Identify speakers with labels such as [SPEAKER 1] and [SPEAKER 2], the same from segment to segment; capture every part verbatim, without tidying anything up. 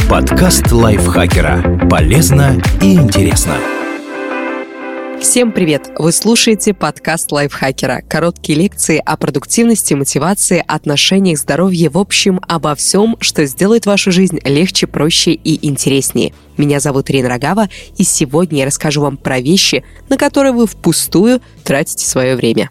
[SPEAKER 1] Подкаст лайфхакера. Полезно и интересно.
[SPEAKER 2] Всем привет! Вы слушаете подкаст лайфхакера. Короткие лекции о продуктивности, мотивации, отношениях, здоровье, в общем, обо всем, что сделает вашу жизнь легче, проще и интереснее. Меня зовут Ирина Рогава, и сегодня я расскажу вам про вещи, на которые вы впустую тратите свое время.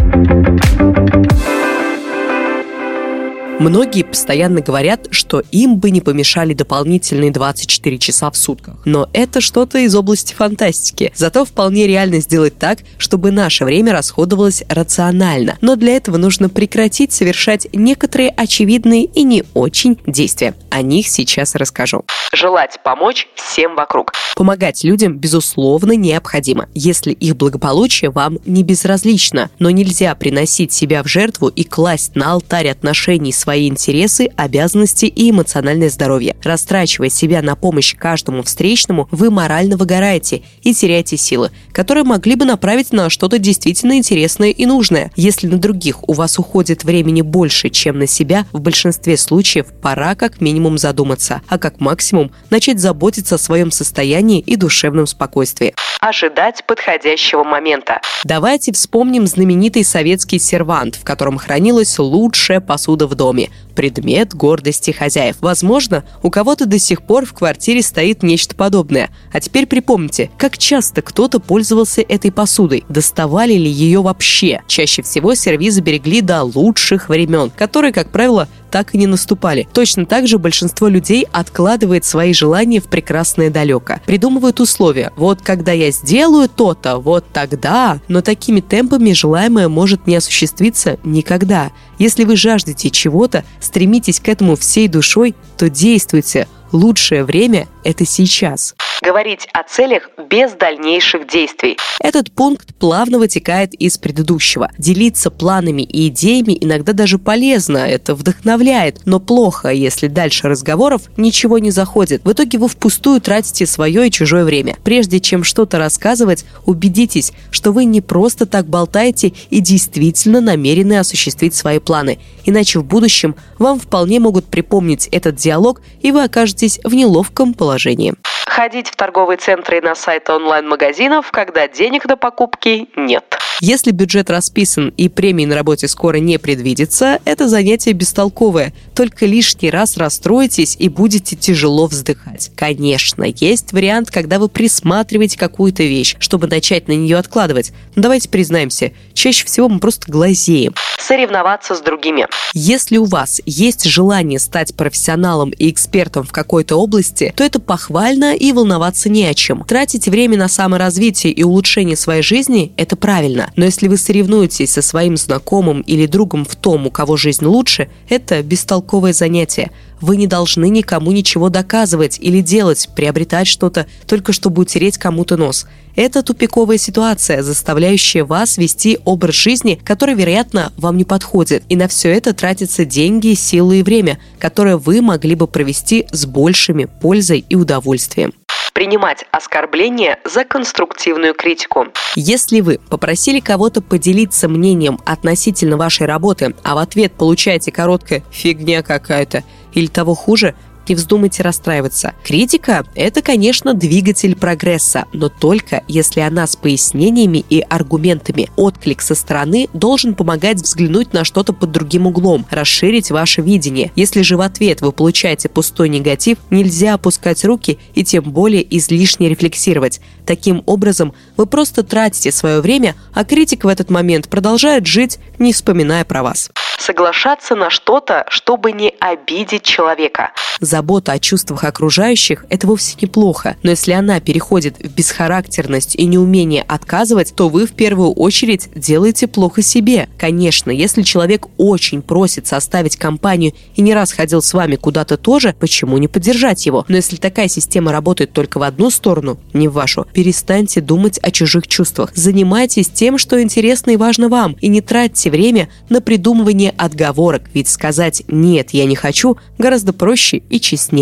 [SPEAKER 2] Многие постоянно говорят, что им бы не помешали дополнительные двадцать четыре часа в сутках. Но это что-то из области фантастики. Зато вполне реально сделать так, чтобы наше время расходовалось рационально. Но для этого нужно прекратить совершать некоторые очевидные и не очень действия. О них сейчас расскажу. Желать помочь всем вокруг. Помогать людям, безусловно, необходимо, если их благополучие вам не безразлично. Но нельзя приносить себя в жертву и класть на алтарь отношений своих свои интересы, обязанности и эмоциональное здоровье. Растрачивая себя на помощь каждому встречному, вы морально выгораете и теряете силы, которые могли бы направить на что-то действительно интересное и нужное. Если на других у вас уходит времени больше, чем на себя, в большинстве случаев пора как минимум задуматься, а как максимум начать заботиться о своем состоянии и душевном спокойствии. Ожидать подходящего момента. Давайте вспомним знаменитый советский сервант, в котором хранилась лучшая посуда в доме. Предмет гордости хозяев. Возможно, у кого-то до сих пор в квартире стоит нечто подобное. А теперь припомните, как часто кто-то пользовался этой посудой? Доставали ли ее вообще? Чаще всего сервизы берегли до лучших времен, которые, как правило, так и не наступали. Точно так же большинство людей откладывает свои желания в прекрасное далеко. Придумывают условия. Вот когда я сделаю то-то, вот тогда. Но такими темпами желаемое может не осуществиться никогда. Если вы жаждете чего-то, стремитесь к этому всей душой, то действуйте. Лучшее время – это сейчас. Говорить о целях без дальнейших действий. Этот пункт плавно вытекает из предыдущего. Делиться планами и идеями иногда даже полезно, это вдохновляет, но плохо, если дальше разговоров ничего не заходит. В итоге вы впустую тратите свое и чужое время. Прежде чем что-то рассказывать, убедитесь, что вы не просто так болтаете и действительно намерены осуществить свои планы. Иначе в будущем вам вполне могут припомнить этот диалог, и вы окажетесь в неловком положении. Ходить в торговые центры и на сайты онлайн-магазинов, когда денег на покупки нет. Если бюджет расписан и премии на работе скоро не предвидится, это занятие бестолковое. Только лишний раз расстроитесь и будете тяжело вздыхать. Конечно, есть вариант, когда вы присматриваете какую-то вещь, чтобы начать на нее откладывать. Но давайте признаемся, чаще всего мы просто глазеем. Соревноваться с другими. Если у вас есть желание стать профессионалом и экспертом в какой-то области, то это похвально и волноваться не о чем. Тратить время на саморазвитие и улучшение своей жизни – это правильно. Но если вы соревнуетесь со своим знакомым или другом в том, у кого жизнь лучше, это бестолковое занятие. Вы не должны никому ничего доказывать или делать, приобретать что-то, только чтобы утереть кому-то нос. Это тупиковая ситуация, заставляющая вас вести образ жизни, который, вероятно, вам не подходит. И на все это тратятся деньги, силы и время, которые вы могли бы провести с большими пользой и удовольствием. Принимать оскорбления за конструктивную критику. Если вы попросили кого-то поделиться мнением относительно вашей работы, а в ответ получаете короткое «фигня какая-то» или того хуже, не вздумайте расстраиваться. Критика – это, конечно, двигатель прогресса, но только если она с пояснениями и аргументами. Отклик со стороны должен помогать взглянуть на что-то под другим углом, расширить ваше видение. Если же в ответ вы получаете пустой негатив, нельзя опускать руки и тем более излишне рефлексировать. Таким образом, вы просто тратите свое время, а критик в этот момент продолжает жить, не вспоминая про вас. Соглашаться на что-то, чтобы не обидеть человека. Забота о чувствах окружающих – это вовсе неплохо, но если она переходит в бесхарактерность и неумение отказывать, то вы в первую очередь делаете плохо себе. Конечно, если человек очень просит составить компанию и не раз ходил с вами куда-то тоже, почему не поддержать его? Но если такая система работает только в одну сторону, не в вашу, перестаньте думать о чужих чувствах. Занимайтесь тем, что интересно и важно вам, и не тратьте время на придумывание отговорок, ведь сказать «нет, я не хочу» гораздо проще и честнее.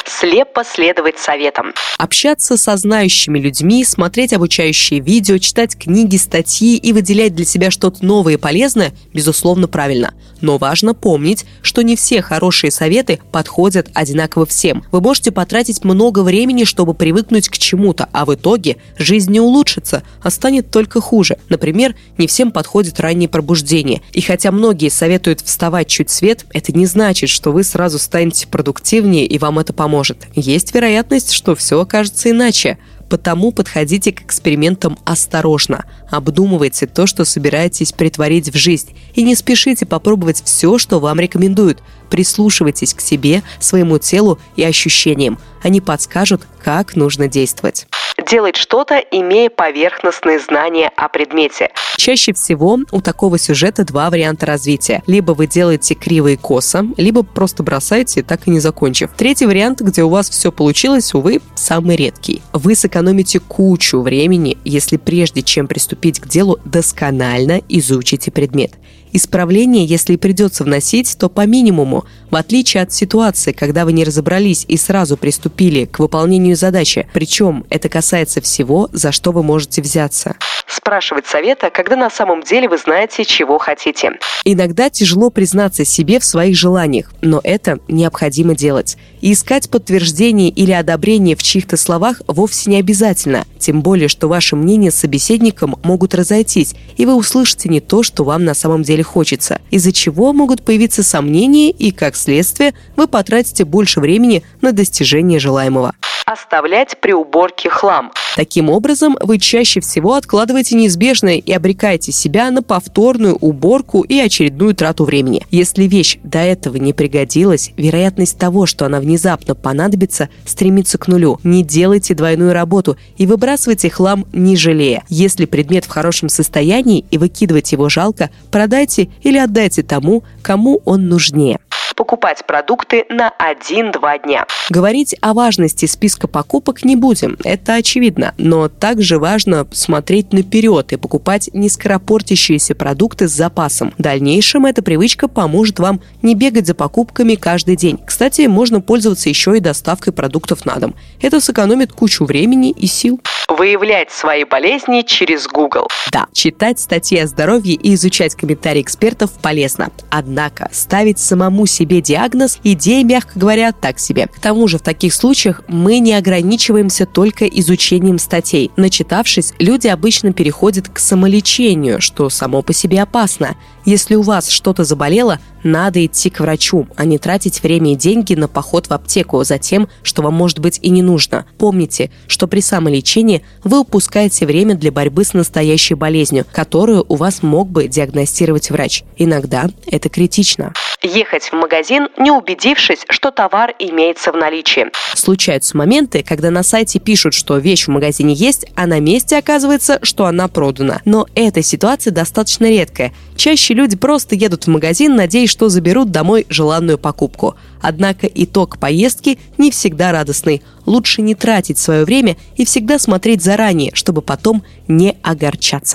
[SPEAKER 2] Слепо следовать советам. Общаться со знающими людьми, смотреть обучающие видео, читать книги, статьи и выделять для себя что-то новое и полезное, безусловно, правильно. Но важно помнить, что не все хорошие советы подходят одинаково всем. Вы можете потратить много времени, чтобы привыкнуть к чему-то, а в итоге жизнь не улучшится, а станет только хуже. Например, не всем подходит раннее пробуждение. И хотя многие советуют вставать чуть свет, это не значит, что вы сразу станете продуктивнее и вам это поможет. Есть вероятность, что все окажется иначе. Потому подходите к экспериментам осторожно. Обдумывайте то, что собираетесь притворить в жизнь. И не спешите попробовать все, что вам рекомендуют. Прислушивайтесь к себе, своему телу и ощущениям. Они подскажут, как нужно действовать. Делать что-то, имея поверхностные знания о предмете. Чаще всего у такого сюжета два варианта развития. Либо вы делаете криво и косо, либо просто бросаете, так и не закончив. Третий вариант, где у вас все получилось, увы, самый редкий. Вы сэкономите кучу времени, если прежде чем приступить к делу, досконально изучите предмет. Исправление, если и придется вносить, то по минимуму. В отличие от ситуации, когда вы не разобрались и сразу приступили к выполнению задачи. Причем это касается всего, за что вы можете взяться. Спрашивать совета, когда на самом деле вы знаете, чего хотите. Иногда тяжело признаться себе в своих желаниях, но это необходимо делать. И искать подтверждение или одобрение в чьих-то словах вовсе не обязательно. Тем более, что ваши мнения с собеседником могут разойтись, и вы услышите не то, что вам на самом деле хочется, из-за чего могут появиться сомнения, и, как следствие, вы потратите больше времени на достижение желаемого. Оставлять при уборке хлам. Таким образом, вы чаще всего откладываете неизбежное и обрекаете себя на повторную уборку и очередную трату времени. Если вещь до этого не пригодилась, вероятность того, что она внезапно понадобится, стремится к нулю. Не делайте двойную работу и выбрасывайте хлам, не жалея. Если предмет в хорошем состоянии и выкидывать его жалко, продайте или отдайте тому, кому он нужнее. Покупать продукты на один-два дня. Говорить о важности списка покупок не будем, это очевидно, но также важно смотреть наперед и покупать нескоропортящиеся продукты с запасом. В дальнейшем эта привычка поможет вам не бегать за покупками каждый день. Кстати, можно пользоваться еще и доставкой продуктов на дом. Это сэкономит кучу времени и сил. Выявлять свои болезни через Google. Да, читать статьи о здоровье и изучать комментарии экспертов полезно. Однако ставить самому себе диагноз – идея, мягко говоря, так себе. К тому же в таких случаях мы не ограничиваемся только изучением статей. Начитавшись, люди обычно переходят к самолечению, что само по себе опасно. Если у вас что-то заболело, надо идти к врачу, а не тратить время и деньги на поход в аптеку за тем, что вам, может быть, и не нужно. Помните, что при самолечении вы упускаете время для борьбы с настоящей болезнью, которую у вас мог бы диагностировать врач. Иногда это критично. Ехать в магазин, не убедившись, что товар имеется в наличии. Случаются моменты, когда на сайте пишут, что вещь в магазине есть, а на месте оказывается, что она продана. Но эта ситуация достаточно редкая. Чаще люди просто едут в магазин, надеясь, что заберут домой желанную покупку. Однако итог поездки не всегда радостный. Лучше не тратить свое время и всегда смотреть заранее, чтобы потом не огорчаться.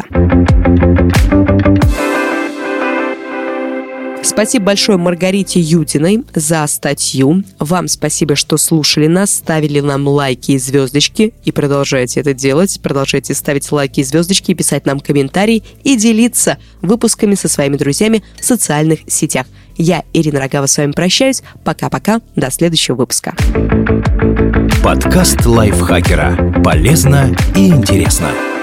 [SPEAKER 2] Спасибо большое Маргарите Юдиной за статью. Вам спасибо, что слушали нас, ставили нам лайки и звездочки. И продолжайте это делать. Продолжайте ставить лайки и звездочки, писать нам комментарии и делиться выпусками со своими друзьями в социальных сетях. Я, Ирина Рогава, с вами прощаюсь. Пока-пока. До следующего выпуска.
[SPEAKER 1] Подкаст лайфхакера. Полезно и интересно.